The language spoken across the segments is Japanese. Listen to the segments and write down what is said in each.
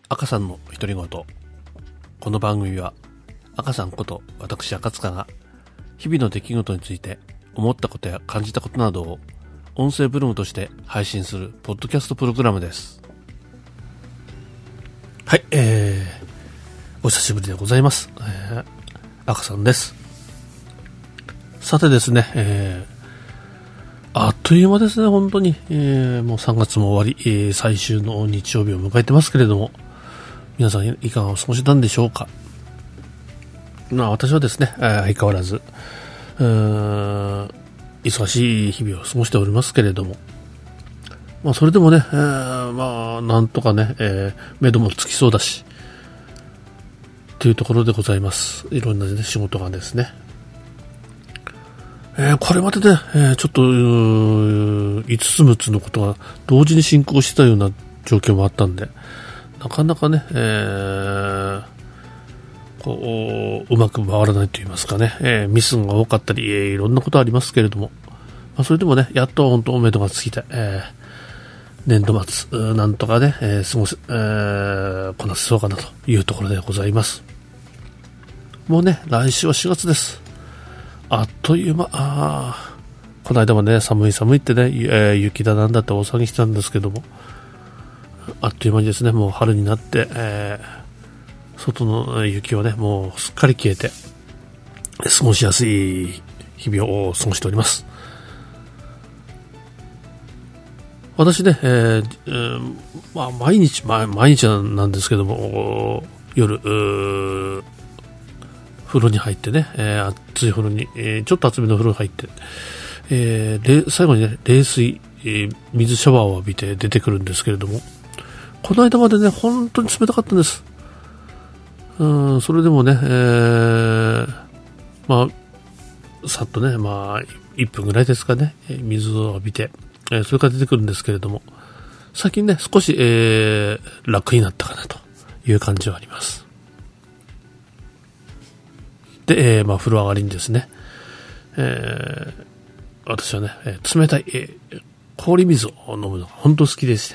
赤さんの独り言。この番組は赤さんこと私赤塚が日々の出来事について思ったことや感じたことなどを音声ブログとして配信するポッドキャストプログラムです。はい、お久しぶりでございます。赤さんです。さてですね、あっという間ですね、本当に。もう3月も終わり、最終の日曜日を迎えてますけれども、皆さんいかがお過ごしなんでしょうか。私はですね、相変わらず忙しい日々を過ごしておりますけれども、それでもね、なんとかね、目処もつきそうだしというところでございます。いろんな、ね、仕事がですね、これまでね、ちょっと5つ6つのことが同時に進行してたような状況もあったんで、なかなかね、うまく回らないと言いますかね、ミスが多かったり、いろんなことありますけれども、それでもね、やっと本当目処がついて、年度末なんとかね、こなせそうかなというところでございます。もうね、来週は4月です。あっという間。この間もね、寒いってね、雪だなんだって大騒ぎしてたんですけども、あっという間にですね、もう春になって、外の雪はね、もうすっかり消えて過ごしやすい日々を過ごしております。私ね、毎日なんですけども、夜風呂に入ってね、熱い風呂に、ちょっと厚めの風呂に入って、最後にね、冷水、水シャワーを浴びて出てくるんですけれども、この間までね、本当に冷たかったんです。それでもね、さっとね、1分ぐらいですかね、水を浴びて、それから出てくるんですけれども、最近ね、少し、楽になったかなという感じはあります。で、風呂上がりにですね、私はね、冷たい、氷水を飲むのが本当好きでして、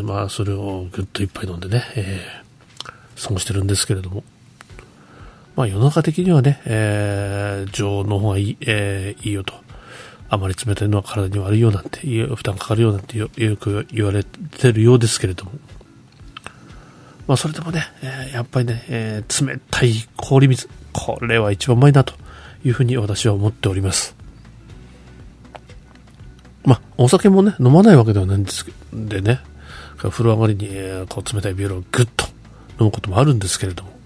それをぐっと一杯飲んでね、過ごしてるんですけれども、世の中的にはね、常温の方がいいよと、あまり冷たいのは体に悪いよなんて、負担かかるよなんてよく言われてるようですけれども、それでもね、やっぱりね、冷たい氷水、これは一番うまいなというふうに私は思っております。お酒もね、飲まないわけではないんですけどでね、風呂上がりに、冷たいビールをぐっと飲むこともあるんですけれども、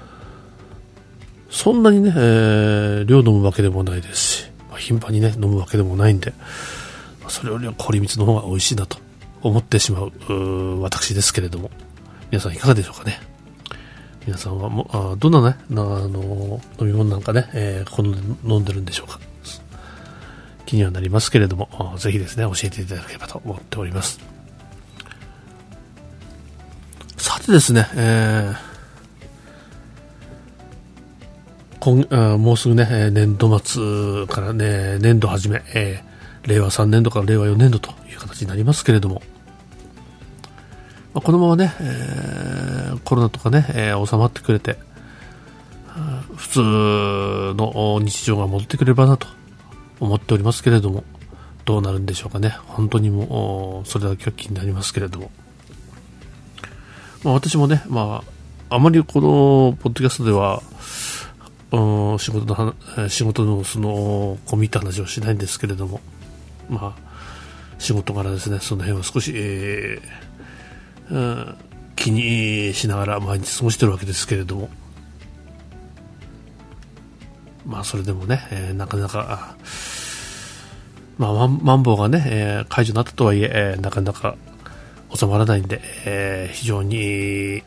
そんなにね、量飲むわけでもないですし、頻繁にね、飲むわけでもないんで、それよりは氷水の方が美味しいなと思ってしまう私ですけれども、皆さんいかがでしょうかね。皆さんはどんなね、飲み物なんかね、好んで飲んでるんでしょうか。気にはなりますけれども、ぜひですね、教えていただければと思っております。さてですね、もうすぐね、年度末からね、年度始め、令和3年度から令和4年度という形になりますけれども、このままね、コロナとかね、収まってくれて、普通の日常が戻ってくれればなと思っておりますけれども、どうなるんでしょうかね。本当にもうそれだけが気になりますけれども、私もね、あまりこのポッドキャストでは仕事のその込み入った話をしないんですけれども、仕事柄ですね、その辺は少し、気にしながら毎日過ごしてるわけですけれども、それでもね、なかなかマンボウがね、解除になったとはいえ、なかなか収まらないんで、非常に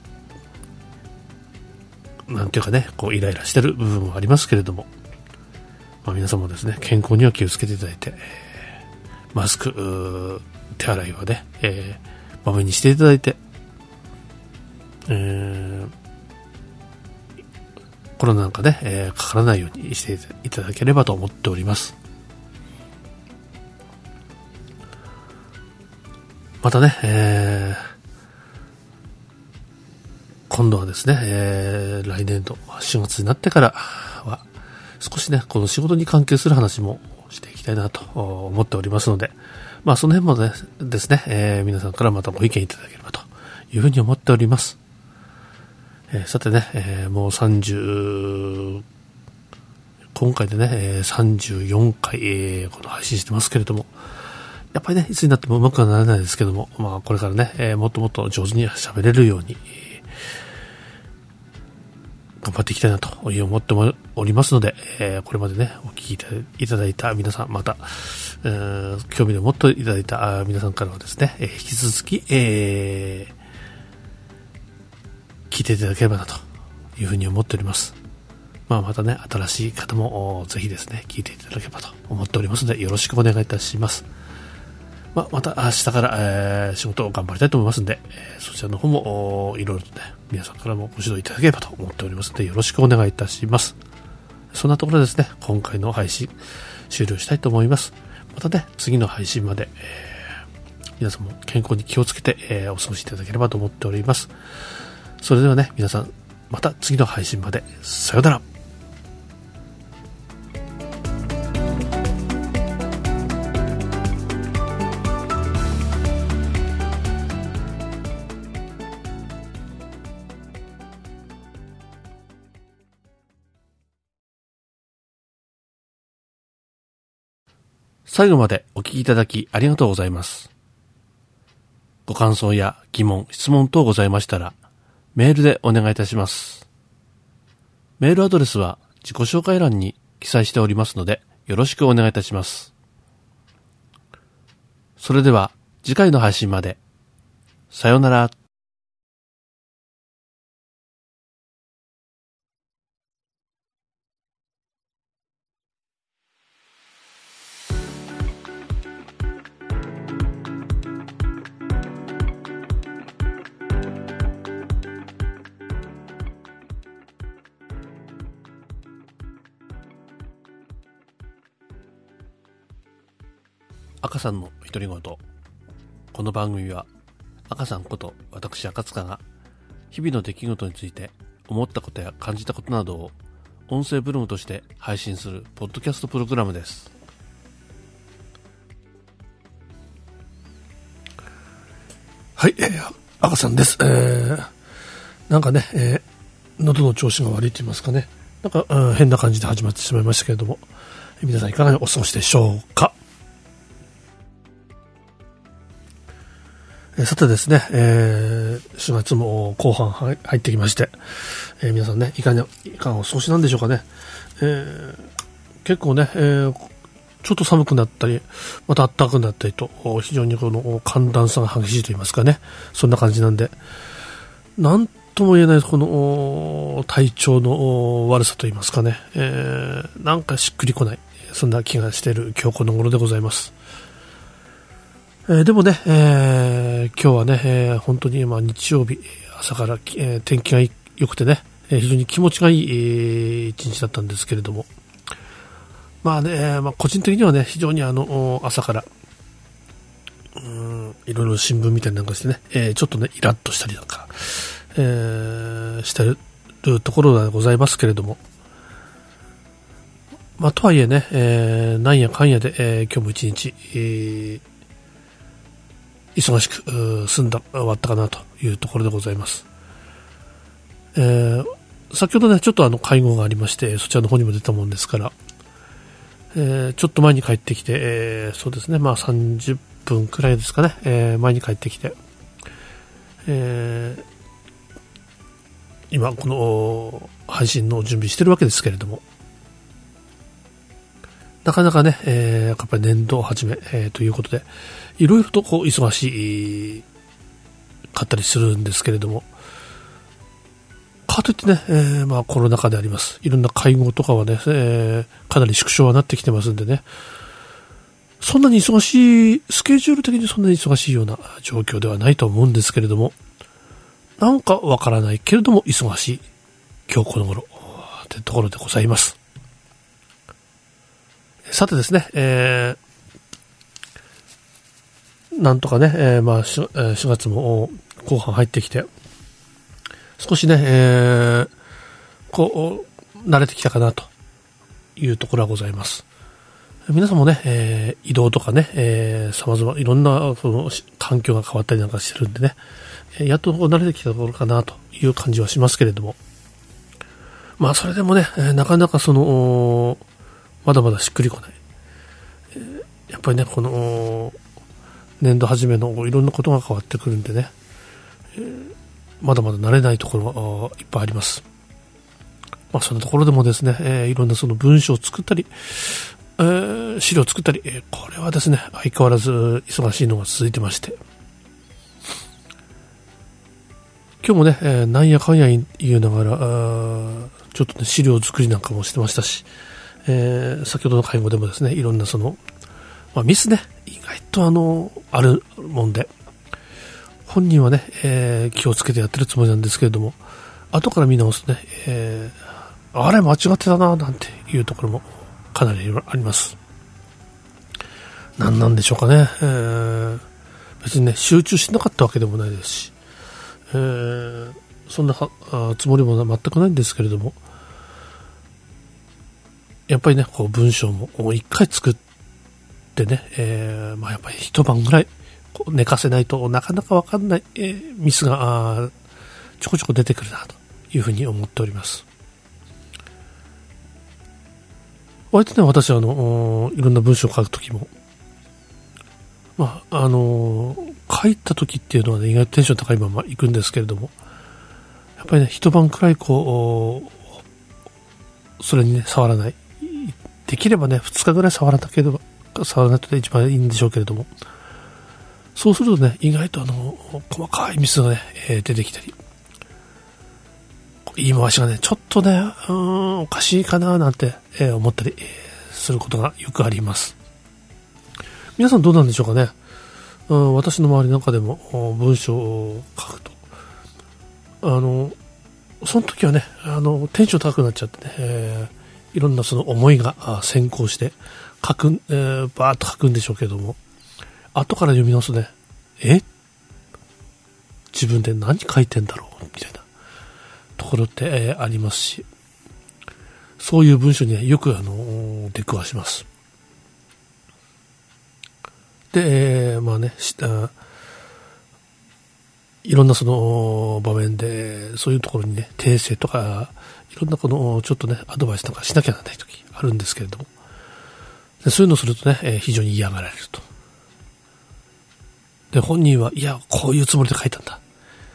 なんていうかね、イライラしてる部分もありますけれども、皆さんもですね、健康には気をつけていただいて、マスク、手洗いはね、まめにしていただいて、コロナなんかね、かからないようにしていただければと思っております。またね、 今度はですね、来年度4月になってからは少しね、この仕事に関係する話もしていきたいなと思っておりますので、その辺もねですね、皆さんからまたご意見いただければというふうに思っております。さてね、もう今回でね、34回、この配信してますけれども、やっぱりね、いつになってもうまくはならないですけども、これからね、もっともっと上手に喋れるように、頑張っていきたいなと思っておりますので、これまでね、お聞きいただいた皆さん、また、興味を持っていただいた皆さんからはですね、引き続き、聞いていただければなというふうに思っております。またね、新しい方もぜひですね、聞いていただければと思っておりますので、よろしくお願いいたします。また明日から、仕事を頑張りたいと思いますので、そちらの方もいろいろとね、皆さんからもご指導いただければと思っておりますので、よろしくお願いいたします。そんなところですね、今回の配信終了したいと思います。またね、次の配信まで、皆さんも健康に気をつけて、お過ごしいただければと思っております。それではね、皆さんまた次の配信まで、さようなら。最後までお聞きいただきありがとうございます。ご感想や疑問、質問等ございましたら、メールでお願いいたします。メールアドレスは自己紹介欄に記載しておりますので、よろしくお願いいたします。それでは次回の配信まで。さようなら。赤さんの独り言。この番組は赤さんこと私赤塚が日々の出来事について思ったことや感じたことなどを音声ブログとして配信するポッドキャストプログラムです。はい、赤さんです。なんかね、喉の調子が悪いと言いますかね、なんか、変な感じで始まってしまいましたけれども、皆さんいかがお過ごしでしょうか。さてですね、4月も後半入ってきまして、皆さんね、いかがお過ごしなんでしょうかね。結構ね、ちょっと寒くなったり、また暖かくなったりと、非常にこの寒暖差が激しいと言いますかね、そんな感じなんで、なんとも言えないこの体調の悪さと言いますかね、なんかしっくりこない、そんな気がしている今日この頃でございます。でもね、今日はね、本当に日曜日朝から、天気が良くてね、非常に気持ちがいい、一日だったんですけれども、個人的にはね、非常に朝からいろいろ新聞見たりなんかしてね、ちょっとねイラッとしたりなんか、してるところでございますけれども、とはいえね、なんやかんやで、今日も一日、忙しく終わったかなというところでございます。先ほどねちょっと会合がありまして、そちらの方にも出たもんですから、ちょっと前に帰ってきて、そうですね、30分くらいですかね、前に帰ってきて、今この配信の準備してるわけですけれども、なかなかね、やっぱり年度始め、ということでいろいろとこう忙しかったりするんですけれども、かといってね、コロナ禍であります。いろんな会合とかはね、かなり縮小はなってきてますんでね、そんなに忙しい、スケジュール的にそんなに忙しいような状況ではないと思うんですけれども、なんかわからないけれども忙しい今日この頃というところでございます。さてですね、なんとかね、4月も後半入ってきて、 少しね、慣れてきたかなというところはございます。皆さんもね、移動とかね、様々いろんなその環境が変わったりなんかしてるんでね、やっと慣れてきたところかなという感じはしますけれども、まあそれでもね、なかなかそのまだまだしっくりこない、やっぱりねこの年度初めのいろんなことが変わってくるんでね、まだまだ慣れないところがいっぱいあります。まあそんなところでもですね、いろんなその文章を作ったり、資料を作ったり、これはですね相変わらず忙しいのが続いてまして、今日もね、なんやかんや言いながらちょっとね資料作りなんかもしてましたし、先ほどの会合でもですねいろんなその、ミスね意外とあるもんで、本人はね、気をつけてやってるつもりなんですけれども、後から見直すとね、あれ間違ってたななんていうところもかなりあります。何なんでしょうかね、別にね集中しなかったわけでもないですし、そんなつもりも全くないんですけれども、やっぱりねこう文章も一回作ってね、やっぱり一晩ぐらいこう寝かせないとなかなか分かんない、ミスがちょこちょこ出てくるなというふうに思っております。割とね私はいろんな文章を書くときも、書いたときっていうのはね意外とテンション高いまま行くんですけれども、やっぱりね一晩くらいこうそれにね触らない、できればね2日ぐらい触らなないと、ね、一番いいんでしょうけれども、そうするとね意外と細かいミスがね、出てきたり、言い回しがねちょっとねおかしいかななんて、思ったり、することがよくあります。皆さんどうなんでしょうかね。私の周りの中でも文章を書くとその時はねテンション高くなっちゃってね、いろんなその思いが先行してバーッと書くんでしょうけども、後から読み直すとね、自分で何書いてんだろうみたいなところって、ありますし、そういう文章に、ね、よく出くわします。で、いろんなその場面でそういうところにね訂正とかいろんなちょっとねアドバイスとかしなきゃならない時あるんですけれども、でそういうのをするとね、非常に嫌がられると。で本人はいやこういうつもりで書いたんだ、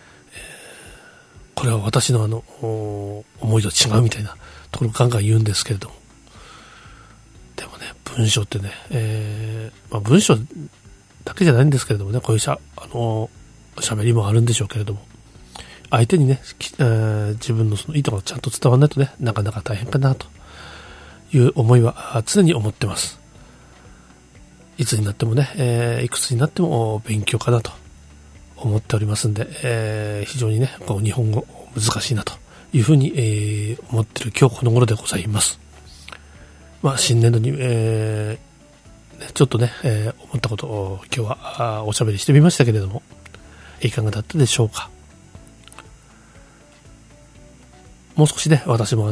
これは私の思いと違うみたいなところをガンガン言うんですけれども、でもね文章ってね、文章だけじゃないんですけれどもね、こういう喋りもあるんでしょうけれども、相手にね、自分のその意図がちゃんと伝わらないとねなかなか大変かなという思いは常に思ってます。いつになってもね、いくつになっても勉強かなと思っておりますんで、非常にねこう日本語難しいなというふうに、思っている今日この頃でございます。新年度に、ちょっとね、思ったことを今日はおしゃべりしてみましたけれども、いかがだったでしょうか。もう少しね私も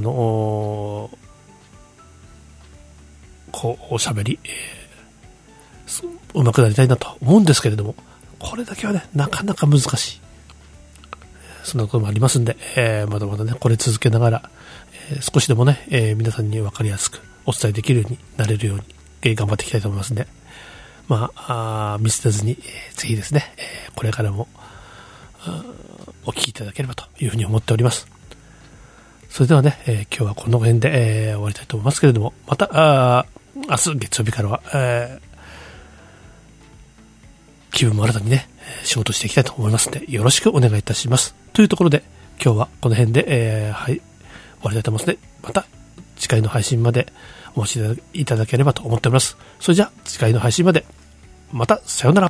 こうおしゃべり、うまくなりたいなと思うんですけれども、これだけはねなかなか難しい、そんなこともありますんで、まだまだねこれ続けながら、少しでもね、皆さんに分かりやすくお伝えできるようになれるように、頑張っていきたいと思いますんで、見捨てずに、ぜひですね、これからもお聞きいただければというふうに思っております。それではね、今日はこの辺で、終わりたいと思いますけれども、また明日月曜日からは、気分も新たにね仕事していきたいと思いますので、よろしくお願いいたします。というところで今日はこの辺で、終わりたいと思いますので、また次回の配信までお待ちいただければと思っております。それじゃあ次回の配信まで、またさようなら。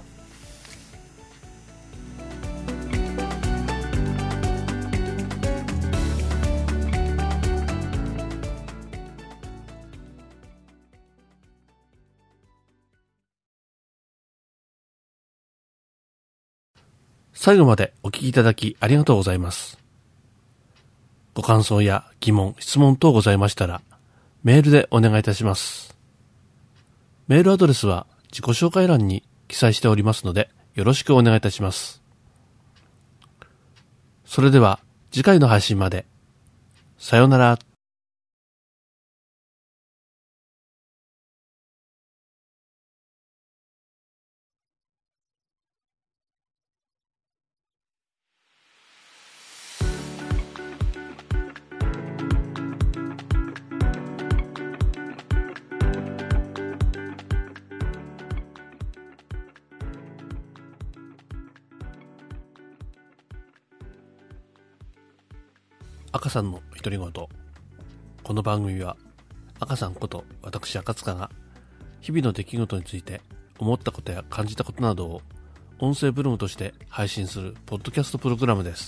最後までお聞きいただきありがとうございます。 ご感想や疑問、質問等ございましたら、メールでお願いいたします。メールアドレスは自己紹介欄に記載しておりますので、よろしくお願いいたします。それでは次回の配信まで。さようなら。赤さんの独り言。この番組は赤さんこと私赤塚が日々の出来事について思ったことや感じたことなどを音声ブログとして配信するポッドキャストプログラムです。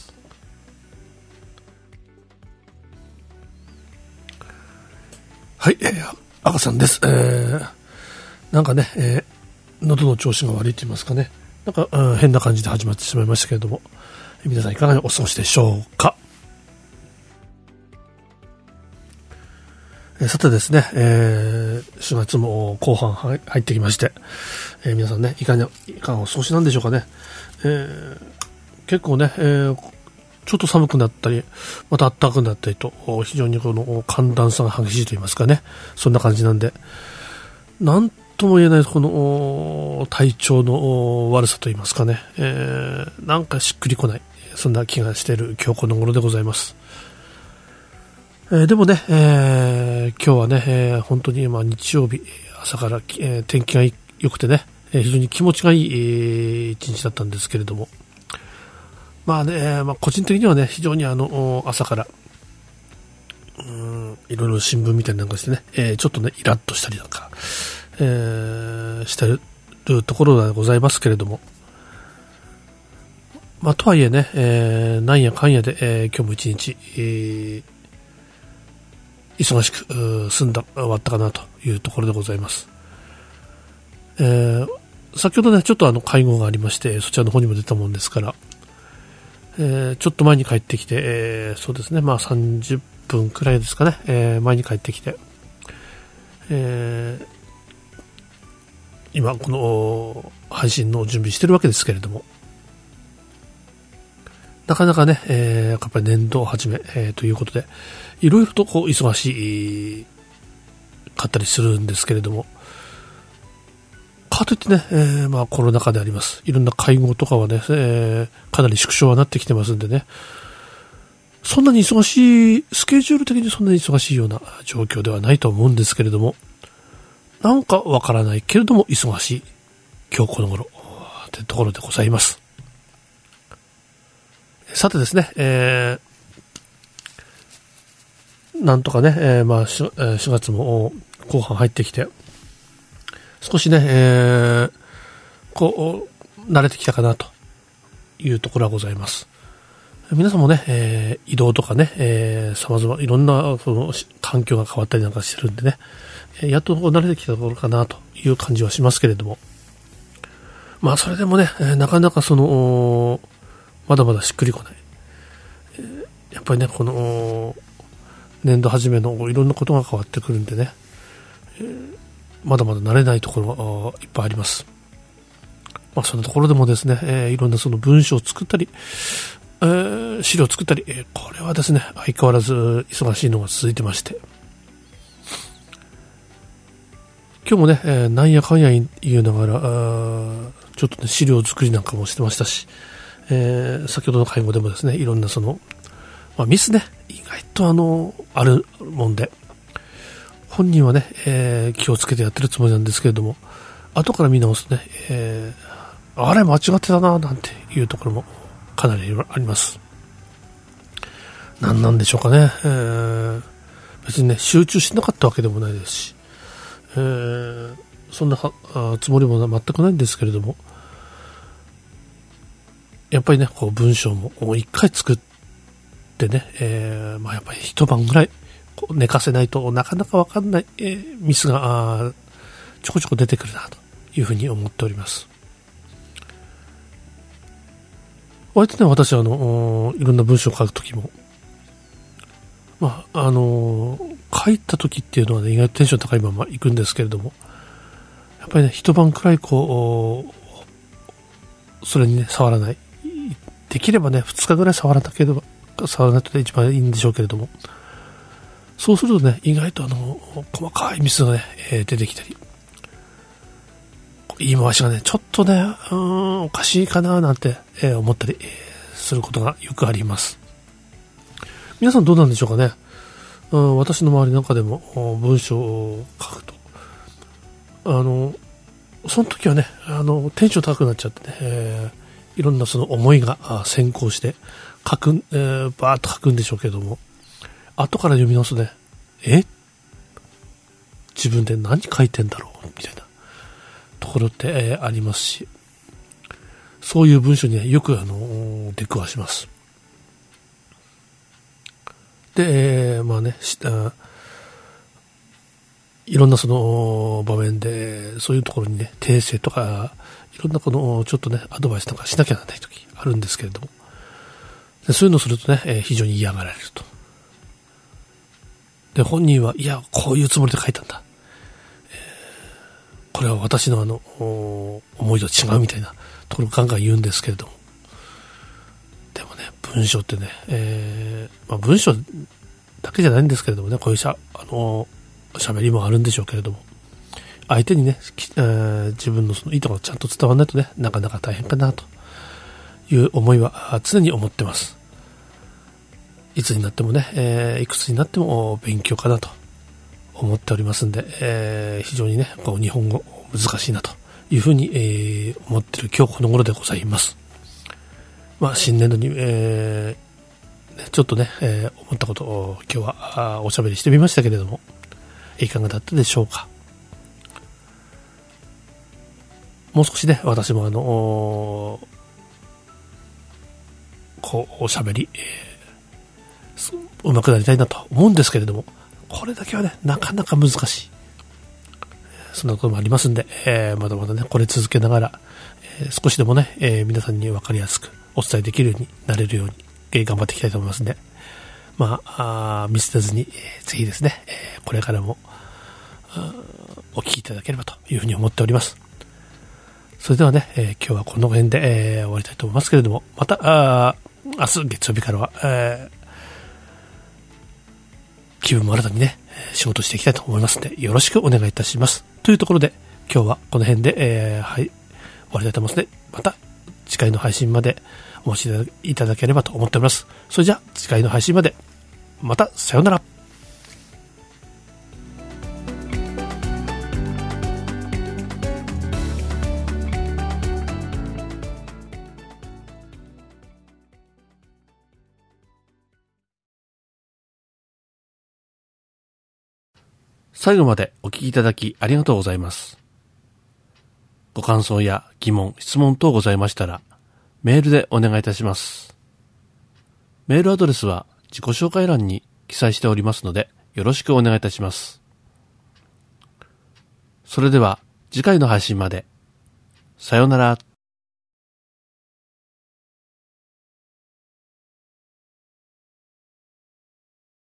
はい、赤さんです。なんかね、喉の調子が悪いと言いますかね、なんか、変な感じで始まってしまいましたけれども、皆さんいかがお過ごしでしょうか。さてですね、4月も後半入ってきまして、皆さんね、いかがお過ごしなんでしょうかね。結構ね、ちょっと寒くなったり、また暖かくなったりと、非常にこの寒暖差が激しいと言いますかね、そんな感じなんで、なんとも言えないこの体調の悪さと言いますかね、なんかしっくりこない、そんな気がしている今日この頃でございます。でもね、今日はね、本当に日曜日朝から、天気が良くてね、非常に気持ちがいい、一日だったんですけれども、まあね、個人的にはね、非常に朝からいろいろ新聞見たりなんかしてね、ちょっとねイラッとしたりなんか、してるところでございますけれども、とはいえね、なんやかんやで、今日も一日、忙しく終わったかなというところでございます。先ほどねちょっと会合がありまして、そちらの方にも出たもんですから、ちょっと前に帰ってきて、そうですね、30分くらいですかね、前に帰ってきて、今この配信の準備してるわけですけれども、なかなかね、やっぱり年度始め、ということでいろいろとこう忙しかったりするんですけれども、かといってね、コロナ禍であります。いろんな会合とかはね、かなり縮小はなってきてますんでね、そんなに忙しい、スケジュール的にそんなに忙しいような状況ではないと思うんですけれども、なんかわからないけれども忙しい今日この頃というところでございます。さてですね、なんとかね、4月も後半入ってきて、少しね、こう慣れてきたかなというところはございます。皆さんもね、移動とかね、様々いろんなその環境が変わったりなんかしてるんでね、やっと慣れてきたところかなという感じはしますけれども、それでもね、なかなかそのまだまだしっくりこない。やっぱりねこの年度初めのいろんなことが変わってくるんでね、まだまだ慣れないところがいっぱいあります。そんなところでもですね、いろんなその文章を作ったり、資料を作ったり、これはですね相変わらず忙しいのが続いてまして、今日もね、なんやかんや言いながらちょっとね資料作りなんかもしてましたし、先ほどの会合でもですねいろんなその、ミスね意外とあるもんで、本人はね、気をつけてやってるつもりなんですけれども、後から見直すとね、あれ間違ってたななんていうところもかなりあります。何なんでしょうかね、別にね集中しなかったわけでもないですし、そんなつもりも全くないんですけれども、やっぱりねこう文章も一回作ってね、やっぱり一晩ぐらい寝かせないとなかなか分かんない、ミスがちょこちょこ出てくるなというふうに思っております。割とね私はいろんな文章を書くときも帰った時っていうのはね、意外とテンション高いまま行くんですけれども、やっぱりね、一晩くらいそれにね、触らない。できればね、2日ぐらい触らないとね、一番いいんでしょうけれども、そうするとね、意外と細かいミスがね、出てきたり、言い回しがね、ちょっとね、おかしいかななんて、思ったり、することがよくあります。皆さんどうなんでしょうかね。私の周りの中でも文章を書くと、その時はね、テンション高くなっちゃってね、いろんなその思いが先行してバーッと書くんでしょうけども、後から読み直すとね、自分で何書いてんだろうみたいなところって、ありますし、そういう文章にね、よく出くわします。で、いろんなその場面で、そういうところにね、訂正とか、いろんなちょっとね、アドバイスとかしなきゃならない時あるんですけれども、そういうのをするとね、非常に嫌がられると。で、本人は、いや、こういうつもりで書いたんだ。これは私の思いと違うみたいなところをガンガン言うんですけれども。でもね、文章ってね、文章だけじゃないんですけれどもね、こういう喋りもあるんでしょうけれども、相手にね、自分のその意図がちゃんと伝わらないとね、なかなか大変かなという思いは常に思ってます。いつになってもね、いくつになっても勉強かなと思っておりますんで、非常にね、日本語難しいなというふうに、思っている今日この頃でございます。新年度に、ちょっとね、思ったことを今日はおしゃべりしてみましたけれども、いかがだったでしょうか。もう少しね、私もおしゃべり、上手くなりたいなと思うんですけれども、これだけはね、なかなか難しい。そんなこともありますんで、まだまだね、これ続けながら、少しでもね、皆さんに分かりやすくお伝えできるようになれるように、頑張っていきたいと思いますんで、見捨てずに、ぜひですね、これからもお聞きいただければというふうに思っております。それではね、今日はこの辺で、終わりたいと思いますけれども、また明日月曜日からは、気分も新たにね、仕事していきたいと思いますので、よろしくお願いいたします。というところで、今日はこの辺で、終わりたいと思いますので、また次回の配信までお待ちいただければと思っております。それじゃあ次回の配信まで、またさようなら。最後までお聞きいただきありがとうございます。ご感想や疑問、質問等ございましたら、メールでお願いいたします。メールアドレスは自己紹介欄に記載しておりますので、よろしくお願いいたします。それでは次回の配信まで。さようなら。